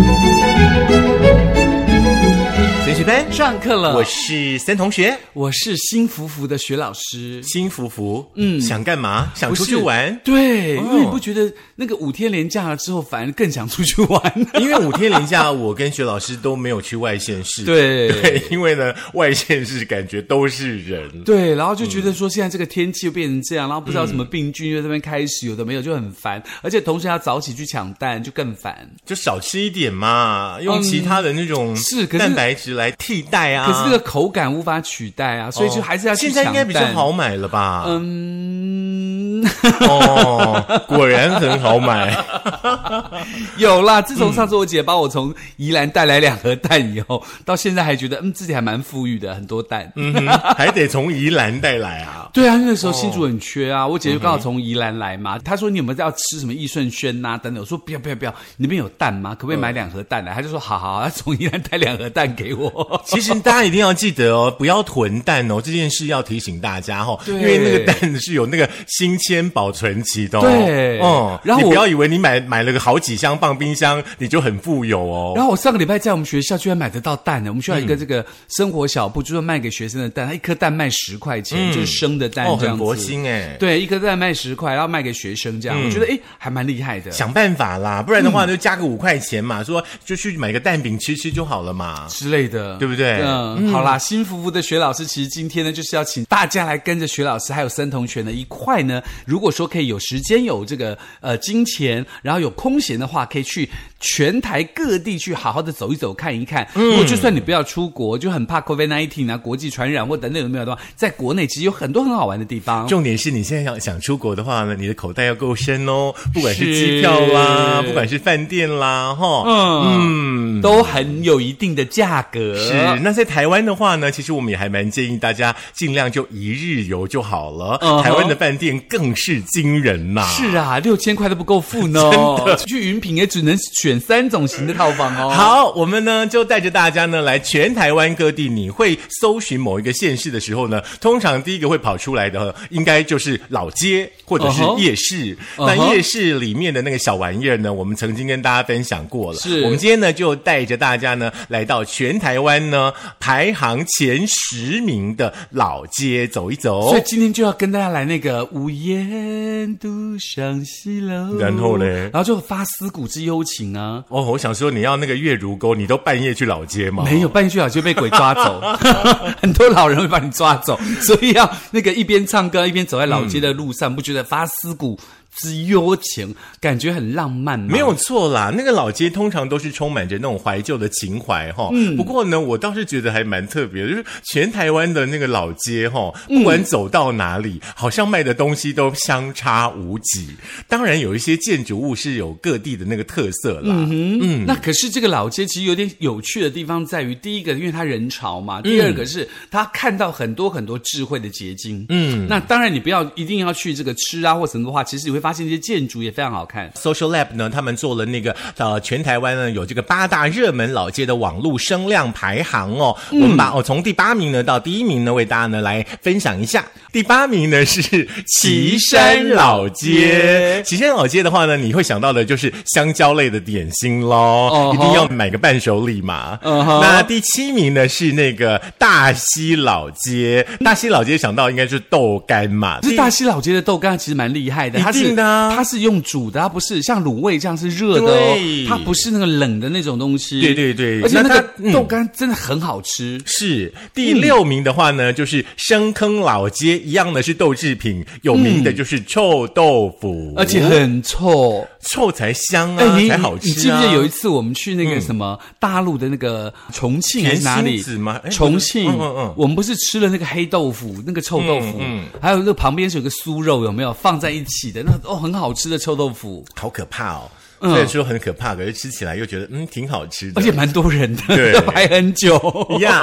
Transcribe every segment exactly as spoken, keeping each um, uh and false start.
森学班上课了， 我是森同学， 我是心服服的学老师。 心服服，嗯，想干嘛？想出去玩？ 对， 哦、 因为你不觉得那个五天连假了之后，反而更想出去玩？ 因为五天连假，我跟学老师都没有去外县市。 对对，因为呢，外县市感觉都是人。 对，然后就觉得说现在这个天气又变成这样，然后不知道什么病菌又在那边开始，有的没有就很烦，而且同时要早起去抢蛋，就更烦。 就少吃一点嘛，用其他的那种是蛋白质来替代啊。 可是这个口感无法取代啊，所以就还是要去抢蛋。 现在应该比较好买了吧？ 嗯， 哦，果然很好买。 有啦，自从上次我姐帮我从宜兰带来两盒蛋以后，到现在还觉得嗯自己还蛮富裕的，很多蛋。 嗯哼，还得从宜兰带来啊。 对啊，那个时候新竹很缺啊，哦、我姐就刚好从宜兰来嘛。她说你有没有要吃什么益顺轩呐、啊、等等？我说不要不要不要，你那边有蛋吗？可不可以买两盒蛋来？她就说好好，她从宜兰带两盒蛋给我。 其实大家一定要记得哦，不要囤蛋哦，这件事要提醒大家哦，因为那个蛋是有那个新鲜保存期的哦。 对， 嗯， 然后你不要以为你买买了个好几箱放冰箱，你就很富有哦。 然后我上个礼拜在我们学校居然买得到蛋呢，我们学校有一个这个生活小铺，就是卖给学生的蛋，它一颗蛋卖十块钱，嗯、就是生的蛋这样子。哦， 很佛心哎。 对，一颗蛋卖十块，然后卖给学生这样，嗯、我觉得哎还蛮厉害的。 想办法啦，不然的话就加个五块钱嘛，嗯、说就去买个蛋饼吃吃就好了嘛之类的， 对不对？ 嗯，嗯好啦，心服服的学老师，其实今天呢就是要请大家来跟着学老师还有森同学呢一块呢，如果说可以有时间有这个呃金钱，然后有空闲的话，可以去全台各地去好好的走一走看一看。嗯、如果就算你不要出国，就很怕 COVID 十九 啊国际传染或等等有没有的话，在国内其实有很多很好玩的地方。 重点是你现在想想出国的话呢，你的口袋要够深哦，不管是机票啦，不管是饭店啦，哈， 嗯嗯，都很有一定的价格。 是，那在台湾的话呢，其实我们也还蛮建议大家尽量就一日游就好了。Uh-huh. 台湾的饭店更是惊人呐、啊！ 是啊，六千块都不够付呢。真的，去云品也只能选三种型的套房哦。 好，我们呢就带着大家呢来全台湾各地。你会搜寻某一个县市的时候呢，通常第一个会跑出来的，应该就是老街或者是夜市。Uh-huh. 那夜市里面的那个小玩意儿呢，我们曾经跟大家分享过了。 是， 我们今天呢就带着大家呢来到全台湾呢排行前十名的老街走一走。 所以今天就要跟大家来那个无言独上西楼， 然后呢， 然后就发思古之幽情啊。 哦，我想说你要那个月如沟，你都半夜去老街吗？ 没有，半夜去老街被鬼抓走，很多老人会把你抓走，所以要那个一边唱歌一边走在老街的路上，嗯、不觉得发思古之幽情，感觉很浪漫吗？ 没有错啦，那个老街通常都是充满着那种怀旧的情怀哈。嗯，不过呢，我倒是觉得还蛮特别的，就是全台湾的那个老街哈，不管走到哪里，嗯、好像卖的东西都相差无几。当然，有一些建筑物是有各地的那个特色啦。 嗯哼，嗯，那可是这个老街其实有点有趣的地方在于，第一个，因为它人潮嘛；第二个是它看到很多很多智慧的结晶。嗯，那当然你不要一定要去这个吃啊或什么的话，其实你会发现这些建筑也非常好看。 Social Lab 呢，他们做了那个呃全台湾呢有这个八大热门老街的网络声量排行哦。嗯、我们把哦从第八名呢到第一名呢为大家呢来分享一下。第八名呢是旗山老街。旗山老街的话呢，你会想到的就是香蕉类的点心咯， uh-huh. 一定要买个伴手礼嘛。Uh-huh. 那第七名呢是那个大溪老街。大溪老街想到应该就是豆干嘛。 这大溪老街的豆干其实蛮厉害的， 一定的啊。 它是用煮的，它不是像卤味这样是热的哦，它不是那个冷的那种东西。 对对对， 而且那个豆干真的很好吃。 嗯、是第六名的话呢，嗯、就是深坑老街，一样的是豆制品，有名的就是臭豆腐， 嗯、而且很臭， 臭才香啊，欸、才好吃啊。 你记不记得有一次我们去那个什么、嗯、大陆的那个重庆还是哪里？ 吗？ 重庆， 嗯嗯嗯， 我们不是吃了那个黑豆腐，那个臭豆腐，嗯，嗯还有那个旁边是有个酥肉，有没有放在一起的？那哦，很好吃的臭豆腐， 好可怕哦。虽然说很可怕，可是吃起来又觉得嗯挺好吃的， 而且蛮多人的， 对， 要排很久呀。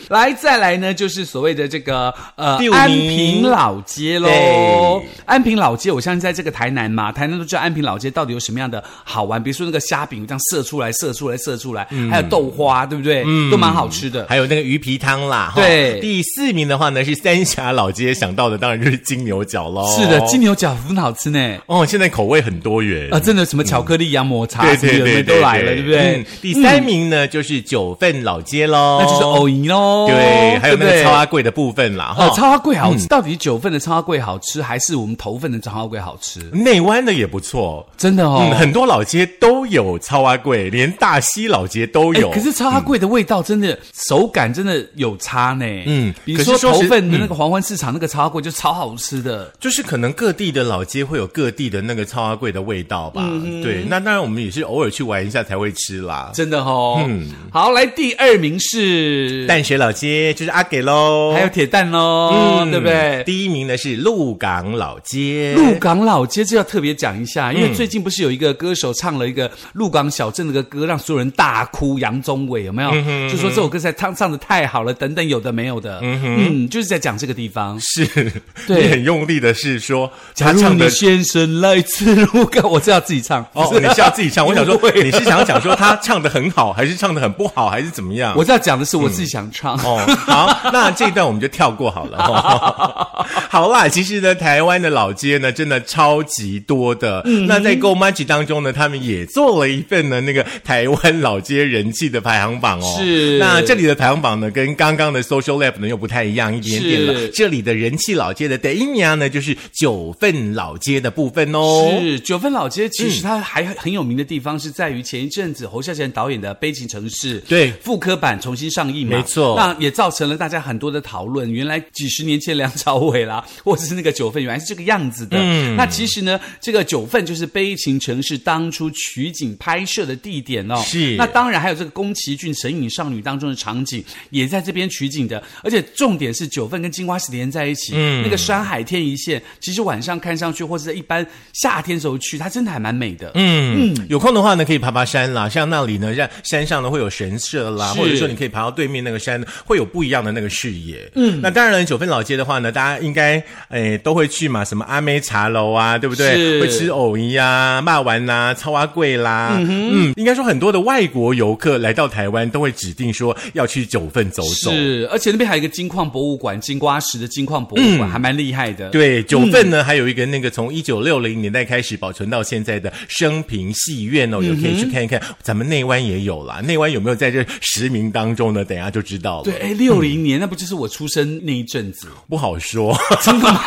来再来呢，就是所谓的这个呃第五名安平老街喽。安平老街，我相信在这个台南嘛，台南都知道安平老街到底有什么样的好玩，比如说那个虾饼这样射出来、射出来、射出来，嗯、还有豆花，对不对？嗯，都蛮好吃的。 还有那个鱼皮汤啦。 对， 第四名的话呢是三峡老街，想到的当然就是金牛角喽。 是的，金牛角很好吃呢。 哦，现在口味很多元啊，真的什么巧克力、洋抹茶， 对对对， 都来了，对不对？ 嗯、第三名呢、嗯、就是九份老街喽， 那就是藕银喽。 对，还有那个超阿贵的部分啦。 哦，超阿贵好吃，嗯、到底九份的超阿贵好吃，还是我们头份的超阿贵好吃？ 内湾的也不错， 真的哦、 嗯。很多老街都有超阿贵，连大溪老街都有。 可是超阿贵的味道真的、嗯、手感真的有差呢。嗯，比如说头份的那个黄昏市场、嗯、那个超阿贵就超好吃的， 就是可能各地的老街会有各地的那个超阿贵的味道吧。嗯、对，那当然我们也是偶尔去玩一下才会吃啦。 真的哦。嗯，好，来第二名是淡水老街，就是阿给喽， 还有铁蛋喽，嗯，对不对？ 第一名呢是鹿港老街， 鹿港老街这要特别讲一下，因为最近不是有一个歌手唱了一个鹿港小镇的歌，让所有人大哭，杨宗纬有没有？嗯、就说这首歌在唱唱的太好了，等等有的没有的，嗯, 嗯就是在讲这个地方。 是，对，你很用力的是说， 假如你先生来自鹿港，我是要自己唱。 哦，你是要自己唱？我想说，你是想要讲说他唱的很好，还是唱的很不好，还是怎么样？ 我要讲的是我自己想唱。 嗯、哦，好，那这一段我们就跳过好了。哦、好啦，其实呢，台湾的老街呢，真的超级多的。嗯、那在 Go Magic 当中呢，他们也做了一份呢那个台湾老街人气的排行榜哦。 是。 那这里的排行榜呢，跟刚刚的 Social Lab 呢又不太一样一点点了。这里的人气老街的第一名呢，就是九份老街的部分哦。 是，九份老街其实它还很有名的地方是在于前一阵子侯孝贤导演的《悲情城市》 对复刻版重新上映嘛， 没错。 那也造成了大家很多的讨论。原来几十年前梁朝伟啦，或者是那个九份，原来是这个样子的。嗯，那其实呢，这个九份就是《悲情城市》当初取景拍摄的地点哦。 是。 那当然还有这个宫崎骏《神隐少女》当中的场景也在这边取景的，而且重点是九份跟金瓜石连在一起，嗯，那个山海天一线，其实晚上看上去，或者在一般夏天时候去，它真的还蛮美的。 嗯嗯，有空的话呢，可以爬爬山啦，像那里呢，像山上呢会有神社啦，或者说你可以爬到对面那个山，会有不一样的那个视野。嗯，那当然九份老街的话呢，大家应该诶都会去嘛，什么阿妹茶楼啊，对不对？会吃藕姨啊、肉丸啊、草仔粿啦。嗯哼，嗯，应该说很多的外国游客来到台湾，都会指定说要去九份走走。 是，而且那边还有一个金矿博物馆，金瓜石的金矿博物馆、嗯、还蛮厉害的。 对，九份呢、嗯、还有一个那个从一九六零年代开始保存到现在的生平戏院哦，也可以去看一看。嗯、咱们内湾也有啦，内湾有没有在这十名当中呢？等一下就知道了。 对，哎，六零年、嗯、那不就是我出生那一阵子？ 不好说， 真的吗？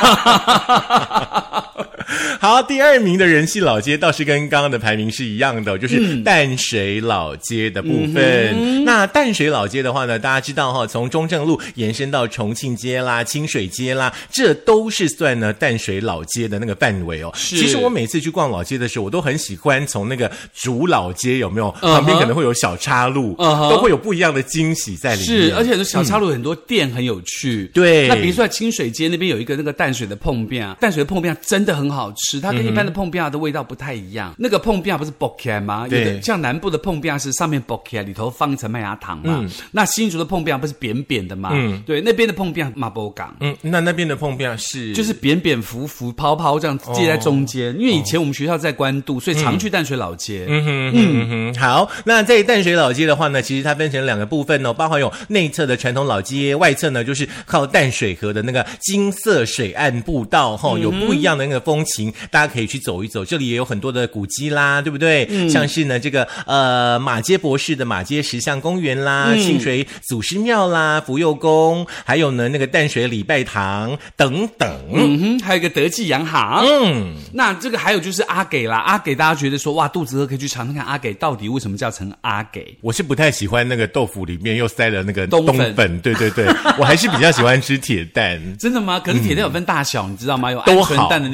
好，第二名的人气老街倒是跟刚刚的排名是一样的，就是淡水老街的部分。嗯、那淡水老街的话呢，大家知道哈，从中正路延伸到重庆街啦、清水街啦，这都是算呢淡水老街的那个范围哦。其实我每次去逛老街的时候，我都很喜欢从那个主老街有没有、uh-huh. 旁边可能会有小岔路， uh-huh. 都会有不一样的惊喜在里面。 是，而且很多小岔路很多店很有趣。 嗯、对， 那比如说在清水街那边有一个那个淡水的碰饼，淡水的碰饼真的很好吃，它跟一般的碰饼的味道不太一样。嗯、那个碰饼不是剥开吗？有的像南部的碰饼是上面剥开，里头放一层麦芽糖嘛。嗯、那新竹的碰饼不是扁扁的吗？嗯，对，那边的碰饼马波港。 嗯，那那边的碰饼是就是扁扁浮浮泡泡这样接在中间。哦、因为以前我们学校在关渡，所以常去淡水老街。 嗯哼嗯哼，好，那在淡水老街的话呢，其实它分成两个部分哦，包含有内侧的传统老街，外侧呢就是靠淡水河的那个金色水岸步道哈、哦，有不一样的那个风情，大家可以去走一走。这里也有很多的古迹啦，对不对？嗯、像是呢这个呃马街博士的马街石像公园啦，嗯、清水祖师庙啦，福佑宫，还有呢那个淡水礼拜堂等等。 嗯哼，还有一个德记洋行。嗯，那这个还有就是阿给啦，阿给大家觉得说哇肚子饿可以去尝尝看阿给到底为什么叫成阿给。 我是不太喜欢那个豆腐里面又塞了那个冬粉，粉对对对，我还是比较喜欢吃铁蛋。 真的吗？可是铁蛋有分大小，嗯、你知道吗？有鹌鹑蛋的那种，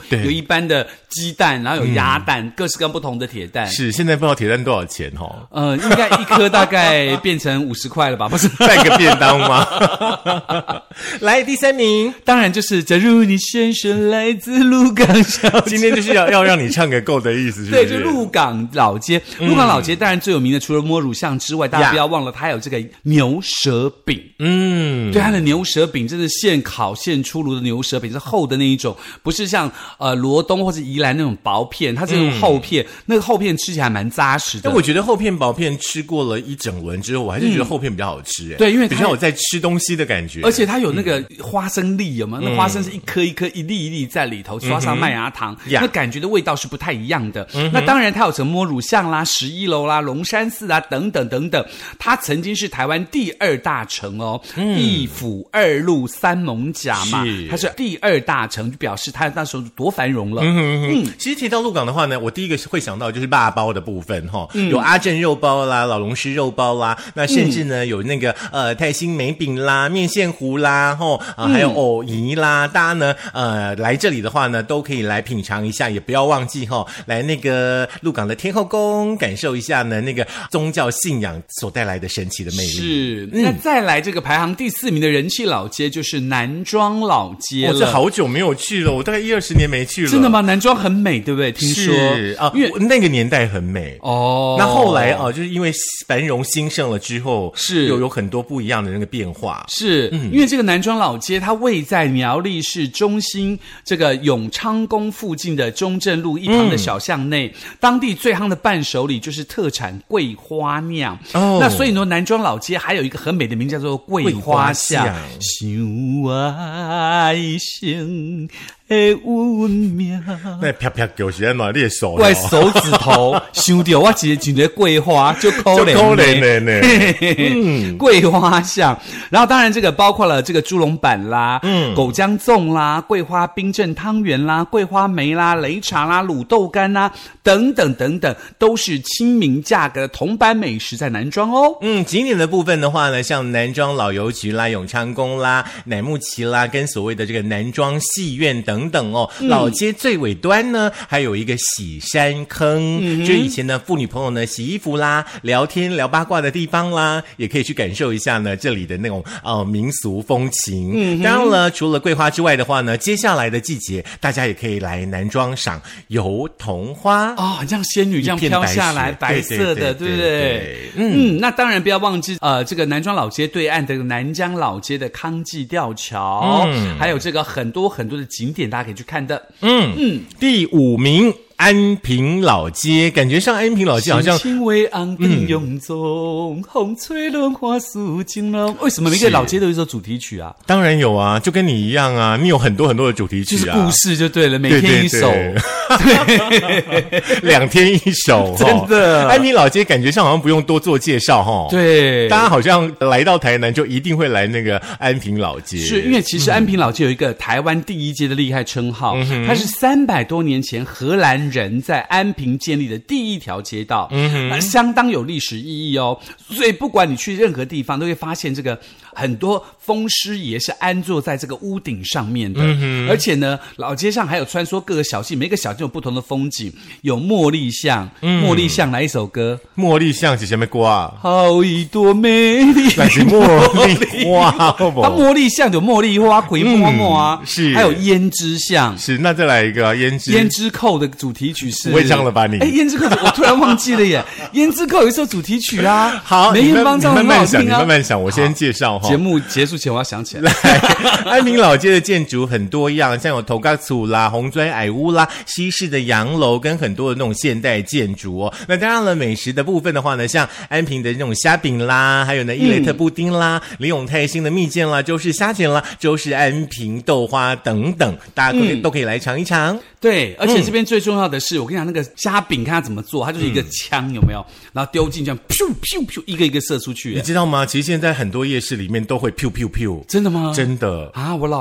对， 有一般的鸡蛋，然后有鸭蛋，嗯、各式各样不同的铁蛋。 是，现在不知道铁蛋多少钱哦？ 呃，应该一颗大概变成五十块了吧？不是带个便当吗？来，第三名， 当然就是假如你先生来自鹿港小街， 今天就是要要让你唱个够的意思，是不是？ 对，就鹿港老街。鹿港老街当然最有名的，除了摸乳巷之外，大家不要忘了，它还有这个牛舌饼。嗯，对，它的牛舌饼真是现烤现出炉的牛舌饼，是厚的那一种，不是像呃罗东或者宜兰那种薄片，它是那种厚片，嗯、那个厚片吃起来蛮扎实的。 但我觉得厚片薄片吃过了一整轮之后，我还是觉得厚片比较好吃。哎、嗯， 对，因为比较有在吃东西的感觉， 而且它有那个花生粒，有没有？嗯、那花生是一颗一颗、一粒一粒在里头，刷上麦芽糖，嗯、那感觉的味道是不太一样的。嗯、那当然，它有什么摸乳巷啦、十一楼啦、龙山寺啊等等等等。它曾经是台湾第二大城哦，嗯、一府二路三艋甲嘛，它是第二大城，就表示它那时候多繁荣了。嗯哼哼嗯，其实提到鹿港的话呢，我第一个会想到就是肉包的部分哈、哦，嗯、有阿正肉包啦、老龙狮肉包啦，那甚至呢、嗯、有那个呃泰兴梅饼啦、面线糊啦，吼啊、呃、还有藕姨啦，大家呢呃来这里的话呢，都可以来品尝一下，也不要忘记哈、哦，来那个鹿港的天后宫感受一下呢那个宗教信仰所带来的神奇的魅力。 是，嗯、那再来这个排行第四名的人气老街就是南庄老街了。 我、哦、这好久没有去了，我大概一二十年没去了。 真的吗？南庄很美，对不对？听说是啊，因为那个年代很美哦。 那后来啊，就是因为繁荣兴盛了之后， 是有有很多不一样的那个变化。 是、嗯、因为这个南庄老街，它位在苗栗市中心这个永昌宫附近的中正路一旁的小巷内，嗯、当地最夯的伴手礼就是特产桂花酿。哦，那所以呢，南庄老街还有一个很美的名字叫做桂花巷。想爱生的运命， 那啪啪就是安怎？你的手， 我的手指头想到我一个一个桂花，就可怜， 就可怜的呢。 嗯，桂花巷，然后当然这个包括了这个猪笼板啦，嗯，狗姜粽啦，桂花冰镇汤圆啦，桂花梅啦，擂茶啦，卤豆干啦，等等等等，都是亲民价格的铜板美食，在南庄哦。 嗯，景点的部分的话呢，像南庄老邮局啦、永昌宫啦、乃木崎啦，跟所谓的这个南庄戏院等。等等哦，嗯、老街最尾端呢，还有一个洗山坑，嗯、就是以前呢妇女朋友呢洗衣服啦、聊天聊八卦的地方啦，也可以去感受一下呢这里的那种呃民俗风情。嗯、当然了，除了桂花之外的话呢，接下来的季节大家也可以来南庄赏油桐花哦，很像仙女这样飘下来，白色的，对不对？嗯嗯，那当然不要忘记呃这个南庄老街对岸的南江老街的康济吊桥，嗯、还有这个很多很多的景点。大家可以去看的。嗯嗯， 第五名安平老街，感觉上安平老街好像轻微昂灯涌中，风吹轮花素锦龙。为什么每个老街都有一首主题曲啊？ 当然有啊，就跟你一样啊，你有很多很多的主题曲啊， 就是故事就对了，每天一首， 对，两天一首， 真的。 安平老街感觉上好像不用多做介绍哈， 对， 大家好像来到台南就一定会来那个安平老街， 是因为其实安平老街有一个台湾第一街的厉害称号，嗯、它是三百多年前荷兰人在安平建立的第一条街道，嗯哼，相当有历史意义哦。所以不管你去任何地方，都会发现这个很多风师爷是安坐在这个屋顶上面的，嗯哼，而且呢，老街上还有穿梭各个小径，每个小径有不同的风景，有茉莉巷，嗯、茉莉巷来一首歌， 茉莉巷是什么歌啊？ 好一朵美丽， 那是茉莉花，好不好？ 它茉莉巷有茉莉花，葵沫沫啊， 嗯、是， 还有胭脂巷， 是，那再来一个、啊、胭脂胭脂扣的主题曲是， 不会唱了吧你？ 哎，胭脂扣我突然忘记了耶，胭脂扣有一首主题曲啊， 好， 梅艳芳唱的很好听啊， 你慢慢想，你慢慢想，我先介绍哈。 节目结束前我要想起来， 安平老街的建筑很多样，像有头家厝啦、红砖矮屋啦、西式的洋楼，跟很多的那种现代建筑哦。那当然了，美食的部分的话呢，像安平的那种虾饼啦，还有呢伊雷特布丁啦、嗯、李永泰兴的蜜饯啦、周氏虾卷啦、周氏安平豆花等等，大家都可以、嗯、都可以来尝一尝。 对，而且这边最重要的是，嗯、我跟你讲，那个虾饼看它怎么做，它就是一个枪，有没有？然后丢进这样，噗噗噗，一个一个射出去。 你知道吗？其实现在很多夜市里面都会噗噗噗。 真的吗？ 真的啊！我老了。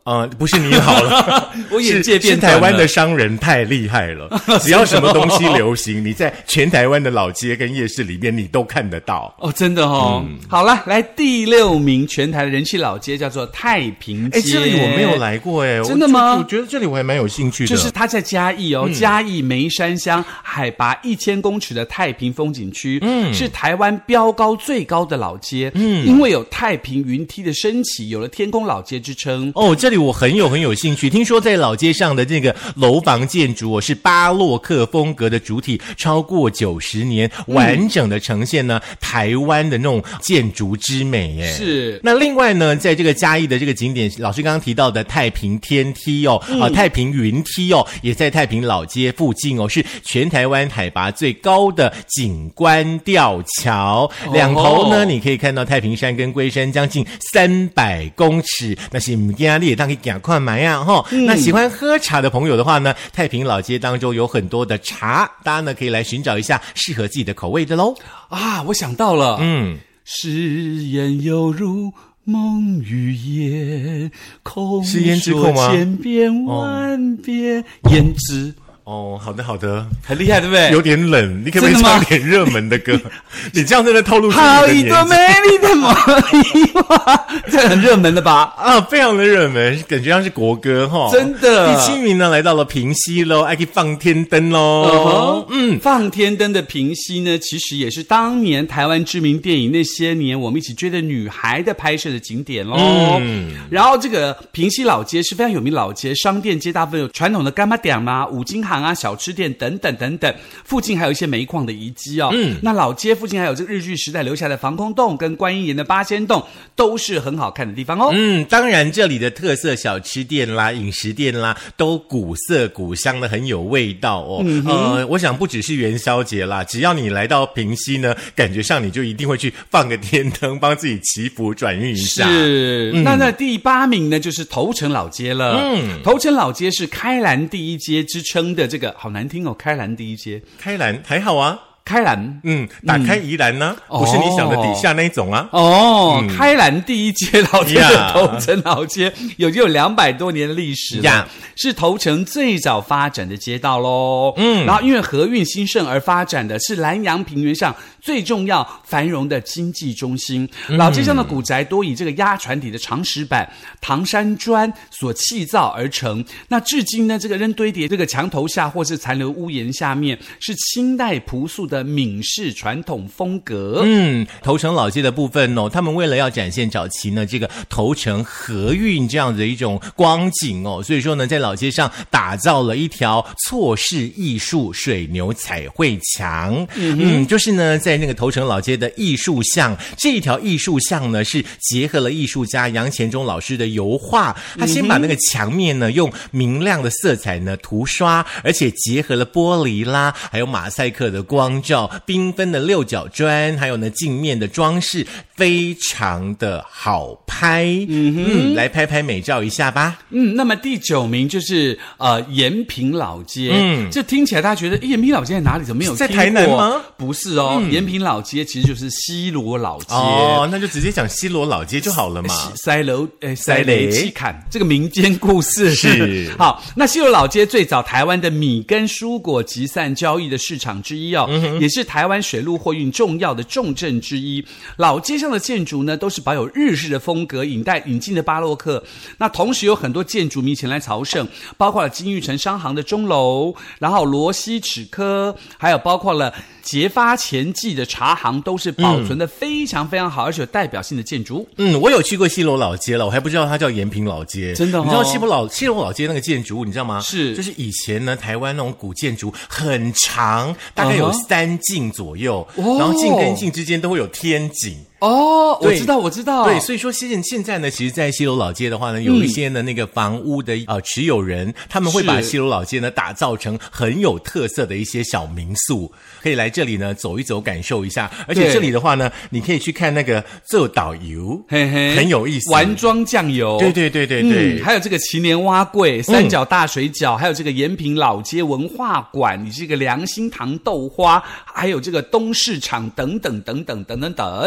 呃，不是你老了， 我眼界变是台湾的商人太厉害了，只要什么东西流行，你在全台湾的老街跟夜市里面你都看得到。 哦，真的哦。嗯、好了，来第六名全台的人气老街叫做太平街。 哎，这里我没有来过哎， 真的吗？ 我, 我觉得这里我还蛮有兴趣的。 就是它在嘉义哦，嗯、嘉义梅山乡海拔一千公尺的太平风景区，嗯，是台湾标高最高的老街，嗯，因为有太平云梯的升起，有了天空老街之称。 哦，这里我很有很有兴趣。听说在老街上的这个楼房建筑，哦，是巴洛克风格的主体，超过九十年，完整的呈现呢、嗯、台湾的那种建筑之美耶。 是。 那另外呢，在这个嘉义的这个景点，老师刚刚提到的太平天梯哦，嗯、啊太平云梯哦，也在太平老街附近哦，是全台湾海拔最高的景观吊桥，哦、两头呢你可以看到太平山跟龟山将近三百公尺，那是不怕你也当可以赶快买呀哈。那喜欢喝茶的朋友的话呢，太平老街当中有很多的茶，大家呢可以来寻找一下适合自己的口味的咯。 啊，我想到了， 嗯， 誓言犹如梦与烟，空说千遍万遍，胭脂。 哦，好的好的， 很厉害对不对？ 有点冷，你可不可以唱点热门的歌？你这样真的透露出你的年纪。 好一朵美丽的茉莉花，这很热门的吧？ 啊，非常的热门，感觉像是国歌哈、哦。 真的。 第七名呢，来到了平溪喽，还可以放天灯喽。 Uh-huh, 嗯，放天灯的平溪呢，其实也是当年台湾知名电影《那些年我们一起追的女孩》的拍摄的景点喽。嗯，然后这个平溪老街是非常有名的老街，商店街大部分有传统的干妈店嘛、五金行啊、小吃店等等等等，附近还有一些煤矿的遗迹哦。嗯，那老街附近还有这个日据时代留下的防空洞跟观音岩的八仙洞，都是很好看的地方哦。 嗯，当然这里的特色小吃店啦、饮食店啦，都古色古香的，很有味道哦。嗯、呃，我想不只是元宵节啦，只要你来到平溪呢，感觉上你就一定会去放个天灯，帮自己祈福转运一下。 是，嗯、那在第八名呢，就是头城老街了。嗯，头城老街是开兰第一街之称的。这个好难听哦，开兰第一街， 开兰还好啊。 开兰， 嗯，打开宜兰呢、啊嗯，不是你想的底下那一种啊。 哦，嗯、开兰第一街老街的头城老街，有就有两百多年的历史了，是头城最早发展的街道喽。嗯，然后因为河运兴盛而发展的是南洋平原上最重要繁荣的经济中心。嗯、老街上的古宅多以这个压船体的长石板、唐山砖所砌造而成。那至今呢，这个仍堆叠这个墙头下或是残留屋檐下面，是清代朴素的的闽式传统风格。 嗯，头城老街的部分哦，他们为了要展现早期呢这个头城河运这样的一种光景哦，所以说呢在老街上打造了一条错视艺术水牛彩绘墙。嗯, 嗯就是呢在那个头城老街的艺术巷，这一条艺术巷呢是结合了艺术家杨前忠老师的油画，他先把那个墙面呢用明亮的色彩呢涂刷，而且结合了玻璃啦还有马赛克的光照，缤纷的六角砖，还有呢镜面的装饰，非常的好拍。嗯哼，嗯，来拍拍美照一下吧。 嗯，那么第九名就是呃延平老街。嗯，这听起来大家觉得延平老街在哪里？怎么没有听过？ 在台南吗？ 不是哦，嗯、延平老街其实就是西螺老街。 哦，那就直接讲西螺老街就好了嘛。 塞楼诶，塞雷七坎这个民间故事是好。那西螺老街最早台湾的米跟蔬果集散交易的市场之一哦。嗯，也是台湾水陆货运重要的重镇之一。老街上的建筑呢，都是保有日式的风格，引带引进的巴洛克。那同时有很多建筑迷前来朝圣，包括了金玉城商行的钟楼，然后罗西齿科，还有包括了结发前记的茶行，都是保存的非常非常好，而且有代表性的建筑。 嗯，我有去过西螺老街了，我还不知道它叫延平老街。 真的哦， 你知道西螺老西螺老街那个建筑物，你知道吗？ 是， 就是以前呢，台湾那种古建筑很长，大概有三进左右，哦、然后进跟进之间都会有天井。 哦，我知道，我知道。 对，所以说现现在呢，其实，在西螺老街的话呢，有一些呢、嗯、那个房屋的呃持有人，他们会把西螺老街呢打造成很有特色的一些小民宿，可以来这里呢走一走，感受一下。而且这里的话呢，你可以去看那个做导游，嘿嘿，很有意思。 丸庄酱油， 对对对对对、 嗯，还有这个祈年蛙柜、三角大水饺，嗯、还有这个延平老街文化馆，以及这个良心堂豆花，还有这个东市场等等等等等等等。 嗯，第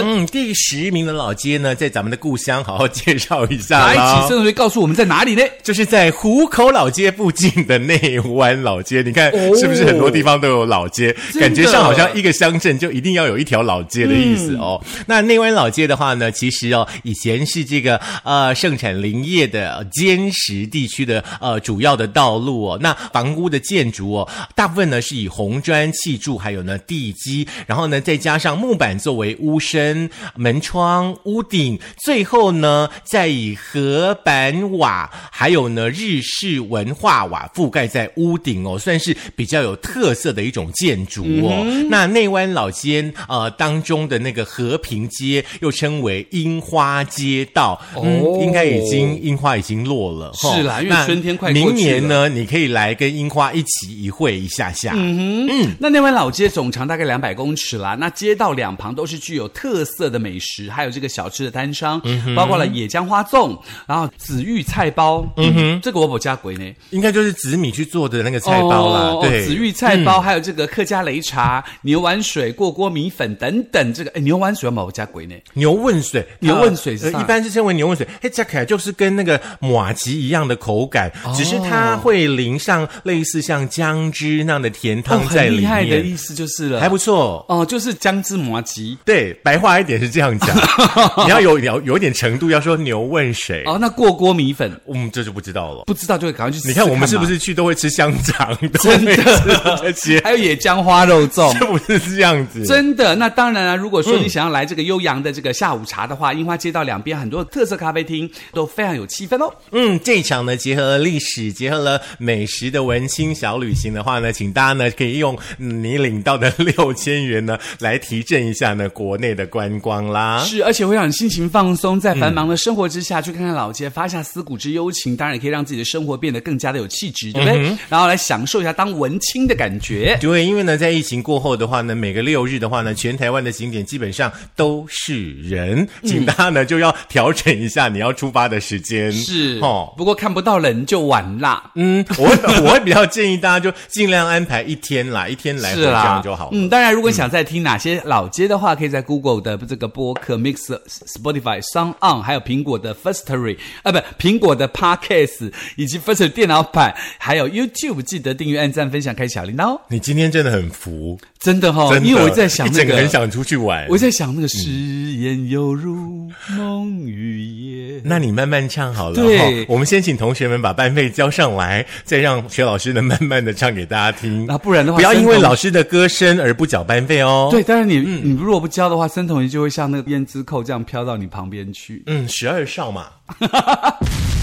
第十名的老街呢，在咱们的故乡好好介绍一下啦。 来，请孙同学告诉我们在哪里呢？ 就是在湖口老街附近的内湾老街。你看、哦、是不是很多地方都有老街？感觉上好像一个乡镇就一定要有一条老街的意思哦。嗯、那内湾老街的话呢，其实哦，以前是这个呃盛产林业的坚石地区的呃主要的道路哦。那房屋的建筑哦，大部分呢是以红砖砌筑，还有呢地基，然后呢再加上木板作为屋身、门窗、屋顶，最后呢再以合板瓦，还有呢日式文化瓦覆盖在屋顶哦，算是比较有特色的一种建筑哦。嗯、那内湾老街呃当中的那个和平街，又称为樱花街道，哦、嗯，应该已经樱花已经落了， 是啦，因为春天快过去了。 明年呢，你可以来跟樱花一起一会一下下。 嗯哼，嗯，那内湾老街总长大概两百公尺啦，那街道两旁都是具有特色的美食，还有这个小吃的摊商，嗯、包括了野姜花粽，然后紫玉菜包，嗯哼，这个我不加鬼呢， 应该就是紫米去做的那个菜包啦， 哦、 对， 紫玉菜包，嗯、还有这个客家擂茶、牛丸水、过锅米粉等等，这个哎牛丸水要不加鬼呢？ 牛问水， 牛问水是、 呃、一般是称为牛问水，哎，加起来就是跟那个麻糬一样的口感，哦、只是它会淋上类似像姜汁那样的甜汤在里面，哦、很厉害的意思就是了， 还不错哦，就是姜汁麻糬。 对，白话一点是这样讲，你要有有有一点程度，要说牛问水。 哦，那过锅米粉， 嗯，这就不知道了， 不知道就会赶快去试试。 你看我们是不是去都会吃香肠？ 真的， 这些还有野姜花肉粽， 是不是这样子？ 真的。那当然啊，如果说你想要来这个悠扬的这个下午茶的话，樱花街道两边很多特色咖啡厅都非常有气氛哦。 嗯，这一场呢，结合了历史，结合了美食的文青小旅行的话呢，请大家呢可以用、嗯、你领到的六千元呢来提振一下呢国内的观光啦。 是，而且会让你心情放松，在繁忙的生活之下、嗯、去看看老街，发下思古之幽情，当然也可以让自己的生活变得更加的有气质，对不对？嗯、然后来享受一下当文青的感觉。 对，因为呢，在疫情过后的话呢，每个六日的话呢，全台湾的景点基本上都是人，请大家呢、嗯、就要调整一下你要出发的时间。 是哦，不过看不到人就晚啦。 嗯，我会我会比较建议大家就尽量安排一天啦，一天来回这样就好了。 嗯，当然，如果想再听哪些老街的话，可以在 Google 的这个播客 Mix、Spotify、Sound On， 还有苹果的 Firstory 啊，不，苹果的 Podcast 以及 Firstory 电脑版，还有 YouTube， 记得订阅、按赞、分享、开小铃铛哦。 你今天真的很服， 真的哈、哦，因为我在想那个， 一整个很想出去玩。 我在想那个誓言犹如梦与夜。 那你慢慢唱好了。 对， 我们先请同学们把班费交上来，再让薛老师呢慢慢的唱给大家听。 那不然的话， 不要因为老师的歌声而不缴班费哦。 对，当然你、嗯、你如果不交的话，森同学就会像那个胭脂扣这样飘到你旁边去。 嗯，十二少嘛。